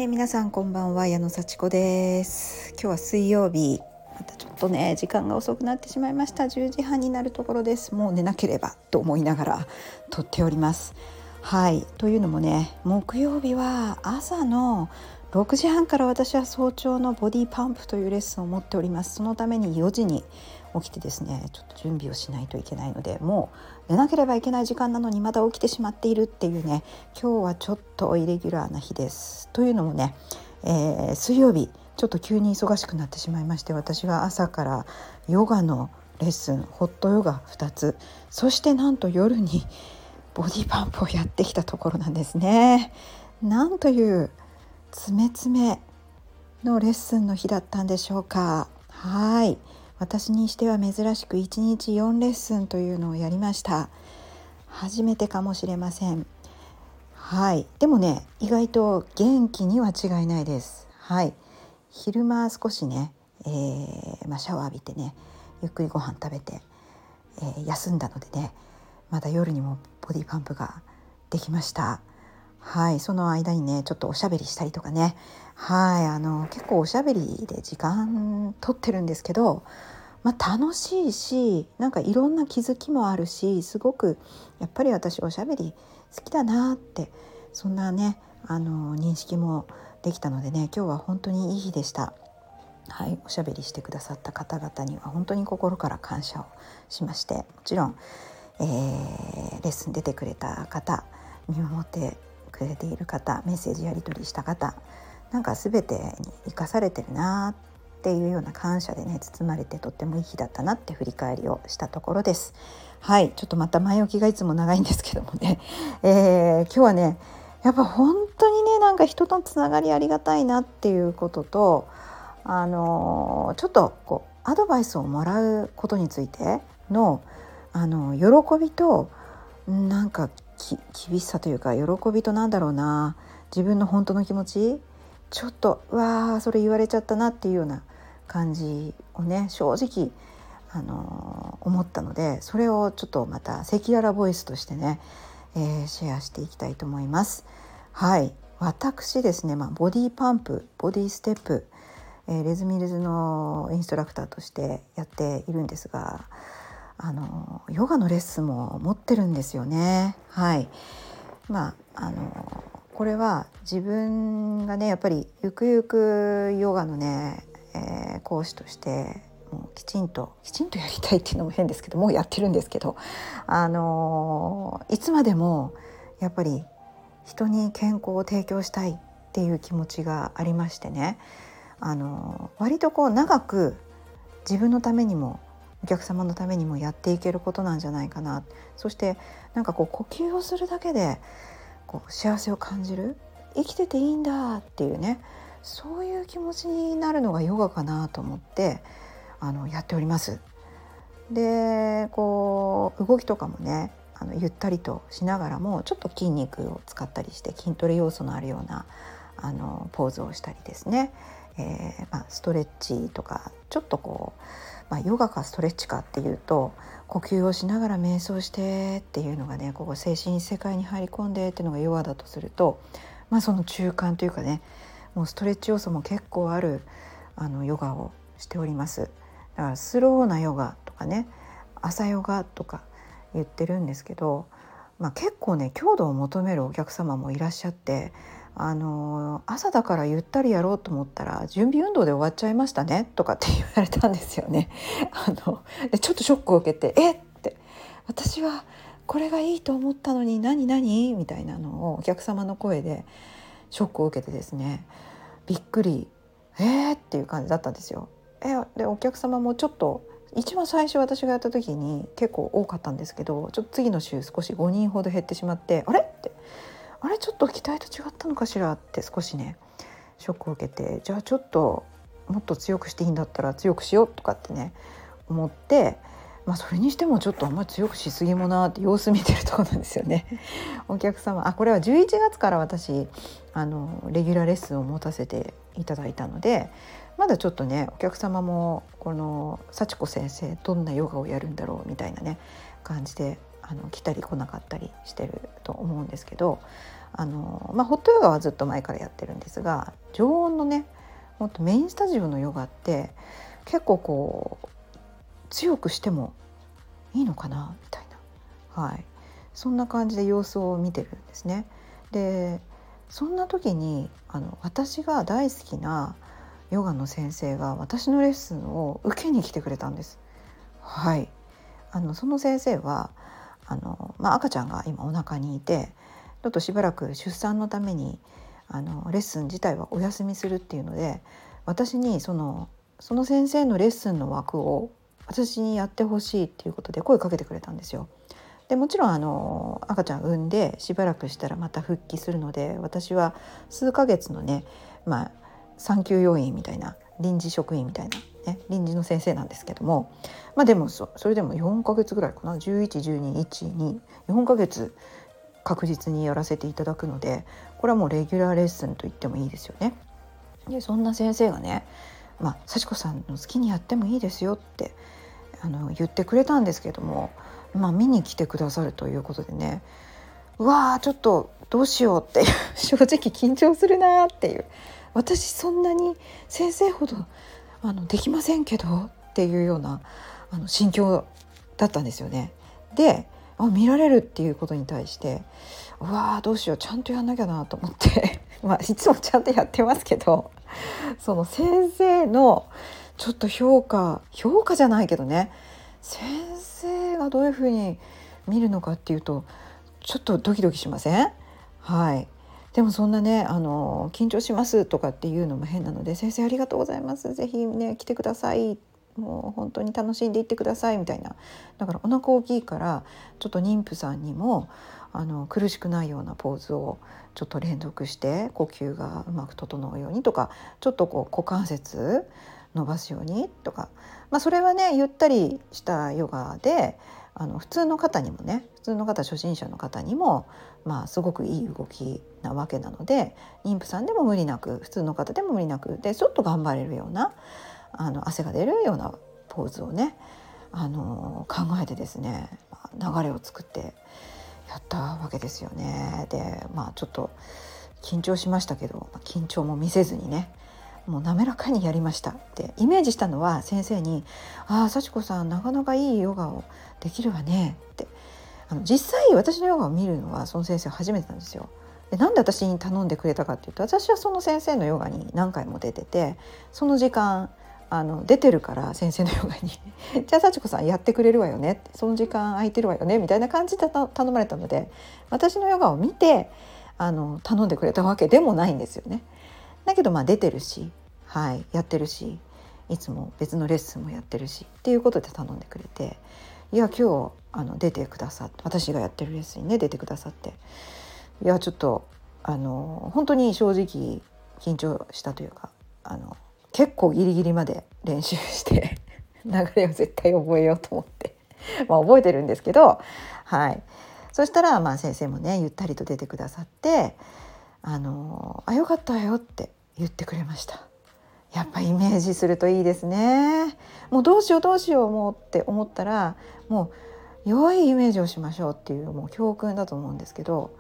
皆さんこんばんは、矢野幸子です。今日は水曜日、またちょっとね時間が遅くなってしまいました。10時半になるところです。もう寝なければと思いながら撮っております。はい、というのもね、木曜日は朝の6時半から私は早朝のボディパンプというレッスンを持っております。そのために4時に起きてですね、ちょっと準備をしないといけないので、もう寝なければいけない時間なのにまだ起きてしまっているっていうね、今日はちょっとイレギュラーな日です。というのもね、水曜日ちょっと急に忙しくなってしまいまして、私は朝からヨガのレッスン、ホットヨガ2つ、そしてなんと夜にボディパンプをやってきたところなんですね。なんという詰め詰めのレッスンの日だったんでしょうか。はい、私にしては珍しく1日4レッスンというのをやりました。初めてかもしれません。はい、でもね、意外と元気には違いないです。はい、昼間少しね、シャワー浴びてね、ゆっくりご飯食べて、休んだのでね、まだ夜にもボディパンプができました。はい、その間にねちょっとおしゃべりしたりとかね、はい、結構おしゃべりで時間取ってるんですけど、楽しいし、なんかいろんな気づきもあるし、すごくやっぱり私おしゃべり好きだなって、そんなね認識もできたのでね、今日は本当にいい日でした。はい、おしゃべりしてくださった方々には本当に心から感謝をしまして、もちろん、レッスン出てくれた方、見守ってくれている方、メッセージやり取りした方、なんか全てに生かされてるなっていうような感謝でね包まれて、とってもいい日だったなって振り返りをしたところです。はい、ちょっとまた前置きがいつも長いんですけどもね、今日はねやっぱ本当にね、なんか人とのつながりありがたいなっていうことと、ちょっとこうアドバイスをもらうことについての喜びと、なんか厳しさというか、喜びと、なんだろうな、自分の本当の気持ち、ちょっとそれ言われちゃったなっていうような感じをね、正直思ったので、それをちょっとまた赤裸々ボイスとしてね、シェアしていきたいと思います。はい、私ですね、ボディパンプ、ボディステップ、レズミレズのインストラクターとしてやっているんですが、ヨガのレッスンも持ってるんですよね。はい、これは自分がね、やっぱりゆくゆくヨガのね、講師としてもうきちんとやりたいっていうのも変ですけど、もうやってるんですけど、いつまでもやっぱり人に健康を提供したいっていう気持ちがありましてね、割とこう長く自分のためにもお客様のためにもやっていけることなんじゃないかな。そしてなんかこう呼吸をするだけでこう幸せを感じる、生きてていいんだっていうね、そういう気持ちになるのがヨガかなと思ってやっております。で、こう動きとかもね、ゆったりとしながらも、ちょっと筋肉を使ったりして筋トレ要素のあるようなポーズをしたりですね、ストレッチとか、ちょっとこう、ヨガかストレッチかっていうと、呼吸をしながら瞑想してっていうのがね、ここ精神世界に入り込んでっていうのがヨガだとすると、その中間というかね、もうストレッチ要素も結構あるヨガをしております。だからスローなヨガとかね、朝ヨガとか言ってるんですけど、結構ね強度を求めるお客様もいらっしゃって、朝だからゆったりやろうと思ったら準備運動で終わっちゃいましたねとかって言われたんですよね。でちょっとショックを受けて、って私はこれがいいと思ったのに何みたいなのをお客様の声でショックを受けてですね、びっくりっていう感じだったんですよ。でお客様もちょっと、一番最初私がやった時に結構多かったんですけど、ちょっと次の週少し5人ほど減ってしまって、あれちょっと期待と違ったのかしらって少しねショックを受けて、じゃあちょっともっと強くしていいんだったら強くしようとかってね思って、それにしてもちょっとあんまり強くしすぎもなって様子見てるところなんですよね。お客様、これは11月から私レギュラーレッスンを持たせていただいたので、まだちょっとねお客様もこの幸子先生どんなヨガをやるんだろうみたいなね感じで来たり来なかったりしてると思うんですけど、ホットヨガはずっと前からやってるんですが、常温のねもっとメインスタジオのヨガって結構こう強くしてもいいのかなみたいな、そんな感じで様子を見てるんですね。でそんな時に私が大好きなヨガの先生が私のレッスンを受けに来てくれたんです。その先生は赤ちゃんが今お腹にいて、ちょっとしばらく出産のためにレッスン自体はお休みするっていうので、私にその先生のレッスンの枠を私にやってほしいっていうことで声かけてくれたんですよ。でもちろん赤ちゃん産んでしばらくしたらまた復帰するので、私は数ヶ月のね、産休要員みたいな臨時職員みたいな、臨時の先生なんですけども、でもそれでも4ヶ月ぐらいかな、11、12、1、2、4ヶ月確実にやらせていただくので、これはもうレギュラーレッスンと言ってもいいですよね。でそんな先生がね、幸子さんの好きにやってもいいですよって言ってくれたんですけども、見に来てくださるということでね、うわーちょっとどうしようっていう正直緊張するなっていう、私そんなに先生ほどできませんけどっていうような心境だったんですよね。で見られるっていうことに対してうわーどうしよう、ちゃんとやんなきゃなと思っていつもちゃんとやってますけど、その先生のちょっと評価じゃないけどね、先生がどういうふうに見るのかっていうとちょっとドキドキしません？でもそんなね緊張しますとかっていうのも変なので、先生ありがとうございます、ぜひね来てください、もう本当に楽しんでいってくださいみたいな。だからお腹大きいからちょっと妊婦さんにも苦しくないようなポーズをちょっと連続して呼吸がうまく整うようにとか、ちょっとこう股関節伸ばすようにとか、それはねゆったりしたヨガで普通の方初心者の方にもすごくいい動きなわけなので、妊婦さんでも無理なく普通の方でも無理なくでちょっと頑張れるような汗が出るようなポーズをね考えてですね、流れを作ってやったわけですよね。でちょっと緊張しましたけど、緊張も見せずにねもう滑らかにやりましたってイメージしたのは、先生に幸子さんなかなかいいヨガをできるわねって、実際私のヨガを見るのはその先生初めてなんですよ。でなんで私に頼んでくれたかっていうと、私はその先生のヨガに何回も出てて、その時間出てるから先生のヨガにじゃあ幸子さんやってくれるわよねって、その時間空いてるわよねみたいな感じで頼まれたので、私のヨガを見て頼んでくれたわけでもないんですよね。だけど出てるし、やってるし、いつも別のレッスンもやってるしっていうことで頼んでくれて、いや今日出てくださって、私がやってるレッスンにね出てくださって、いやちょっと本当に正直緊張したというか結構ギリギリまで練習して流れを絶対覚えようと思って覚えてるんですけど、そしたら先生もねゆったりと出てくださってよかったよって言ってくれました。やっぱイメージするといいですね。もうどうしようもうって思ったら、もう良いイメージをしましょうっていうもう教訓だと思うんですけど、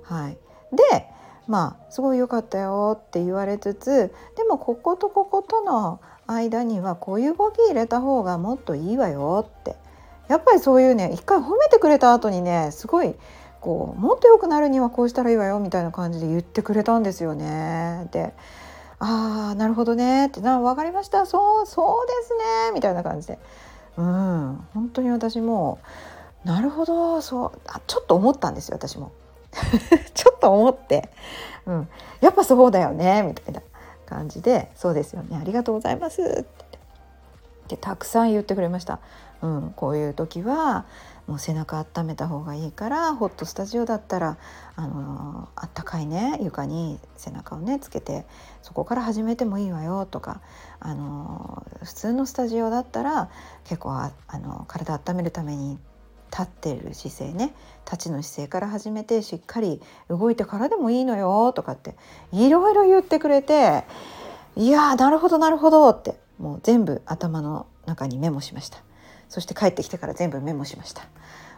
ですごい良かったよって言われつつ、でもこことこことの間にはこういう動き入れた方がもっといいわよって、やっぱりそういうね一回褒めてくれた後にねすごいもっと良くなるにはこうしたらいいわよみたいな感じで言ってくれたんですよね。でなるほどねって分かりました、そうですねみたいな感じで、本当に私もなるほどちょっと思ったんですよ私もちょっと思って、やっぱそうだよねみたいな感じで、そうですよねありがとうございますってたくさん言ってくれました。こういう時はもう背中温めた方がいいから、ホットスタジオだったらあったかいね床に背中をねつけてそこから始めてもいいわよとか、普通のスタジオだったら結構体温めるために立ってる姿勢ね、立ちの姿勢から始めてしっかり動いてからでもいいのよとかっていろいろ言ってくれて、いやなるほどってもう全部頭の中にメモしました。そして帰ってきてから全部メモしました。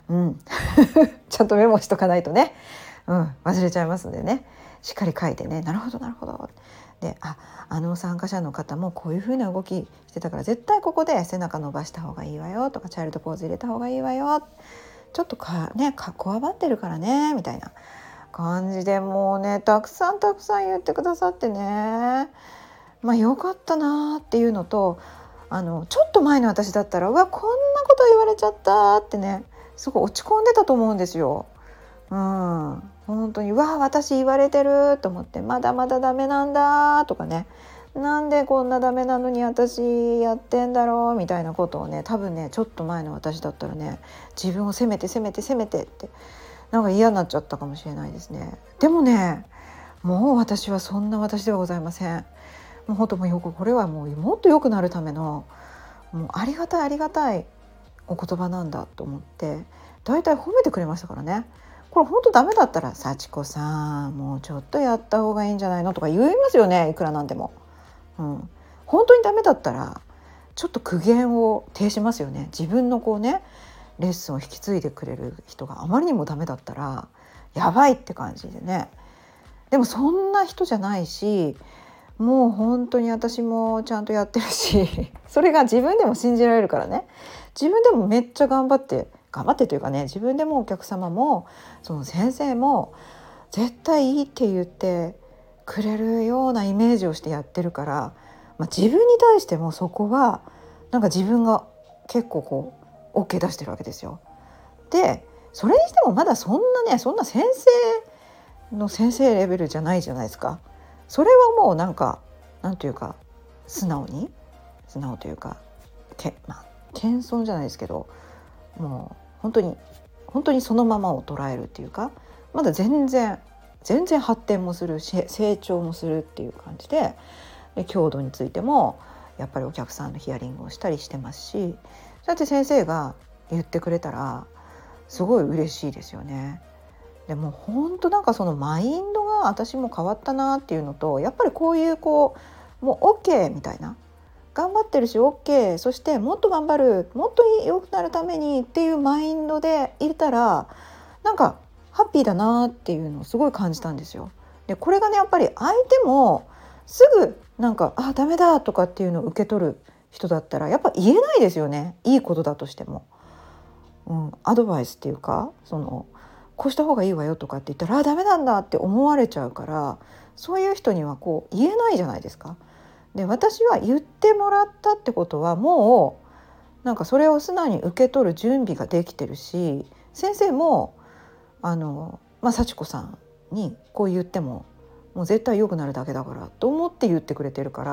ちゃんとメモしとかないとね、忘れちゃいますんでね、しっかり書いてね、なるほどなるほど、で参加者の方もこういう風な動きしてたから絶対ここで背中伸ばした方がいいわよとか、チャイルドポーズ入れた方がいいわよ、ちょっとこわばってるからねみたいな感じで、もうねたくさん言ってくださってね、よかったなっていうのと、ちょっと前の私だったらこんなこと言われちゃったってね、すごい落ち込んでたと思うんですよ。本当に私言われてると思って、まだまだダメなんだとかね、なんでこんなダメなのに私やってんだろうみたいなことをね、多分ねちょっと前の私だったらね、自分を責めてってなんか嫌になっちゃったかもしれないですね。でもね、もう私はそんな私ではございません。もう本当これはもっと良くなるためのもうありがたいお言葉なんだと思って、だいたい褒めてくれましたからね。これ本当ダメだったら幸子さんもうちょっとやった方がいいんじゃないのとか言いますよね、いくらなんでも。本当にダメだったらちょっと苦言を呈しますよね。自分のレッスンを引き継いでくれる人があまりにもダメだったらやばいって感じでね。でもそんな人じゃないし、もう本当に私もちゃんとやってるしそれが自分でも信じられるからね、自分でもめっちゃ頑張ってというかね、自分でもお客様もその先生も絶対いいって言ってくれるようなイメージをしてやってるから、自分に対してもそこはなんか自分が結構OK 出してるわけですよ。でそれにしてもまだそんな先生レベルじゃないじゃないですか。それはもうなんというか素直というか謙遜じゃないですけど、もう本当にそのままを捉えるっていうか、まだ全然発展もするし成長もするっていう感じで、強度についてもやっぱりお客さんのヒアリングをしたりしてますし、そうやって先生が言ってくれたらすごい嬉しいですよね。でも本当そのマインドが私も変わったなっていうのと、やっぱりこういうもう OK みたいな、頑張ってるし OK、 そしてもっと頑張る、もっと良くなるためにっていうマインドでいたらハッピーだなっていうのをすごい感じたんですよ。でこれがねやっぱり相手もすぐダメだとかっていうのを受け取る人だったらやっぱ言えないですよね、いいことだとしても。アドバイスっていうかこうした方がいいわよとかって言ったらダメなんだって思われちゃうから、そういう人には言えないじゃないですか。で私は言ってもらったってことはもうそれを素直に受け取る準備ができてるし、先生も幸子さんにこう言ってももう絶対良くなるだけだからと思って言ってくれてるから、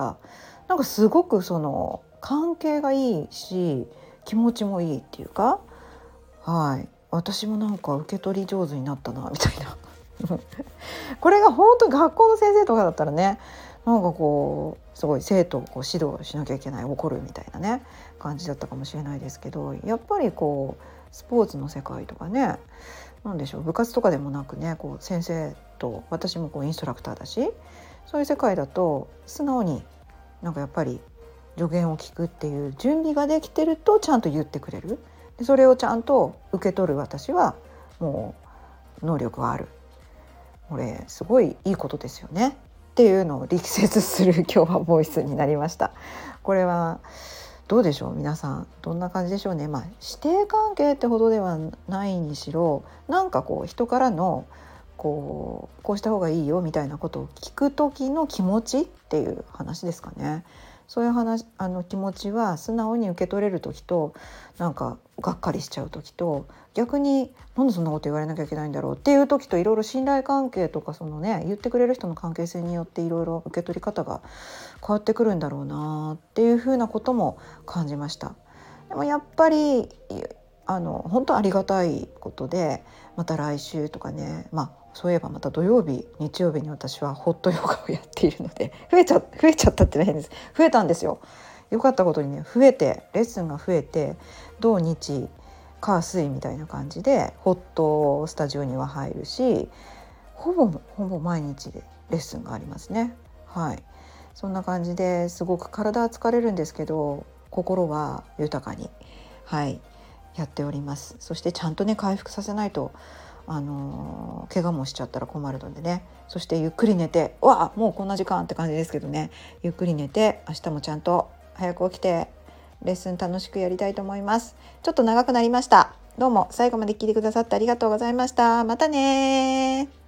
すごくその関係がいいし気持ちもいいっていうか、私も受け取り上手になったなみたいなこれが本当に学校の先生とかだったらね、すごい生徒を指導しなきゃいけない、怒るみたいなね感じだったかもしれないですけど、やっぱりスポーツの世界とかね、部活とかでもなくね、先生と私もインストラクターだし、そういう世界だと素直にやっぱり助言を聞くっていう準備ができてるとちゃんと言ってくれる。でそれをちゃんと受け取る私はもう能力がある、これすごいいいことですよねっていうのを力説する今日はボイスになりました。これはどうでしょう、皆さんどんな感じでしょうね。師弟関係ってほどではないにしろ、人からのこうした方がいいよみたいなことを聞く時の気持ちっていう話ですかね。そういう気持ちは素直に受け取れる時とがっかりしちゃう時と、逆になんでそんなこと言われなきゃいけないんだろうっていう時と、いろいろ信頼関係とか言ってくれる人の関係性によっていろいろ受け取り方が変わってくるんだろうなっていうふうなことも感じました。でもやっぱり本当ありがたいことで、また来週とかね、そういえばまた土曜日日曜日に私はホットヨガをやっているので増えちゃったって変です。増えたんですよ。よかったことにね、レッスンが増えて、土日火水みたいな感じでホットスタジオには入るし、ほぼ毎日でレッスンがありますね。そんな感じですごく体は疲れるんですけど、心は豊かにやっております。そしてちゃんとね回復させないと怪我もしちゃったら困るのでね。そしてゆっくり寝て、もうこんな時間って感じですけどね、ゆっくり寝て明日もちゃんと早く起きてレッスン楽しくやりたいと思います。ちょっと長くなりました。どうも最後まで聞いてくださってありがとうございました。またね。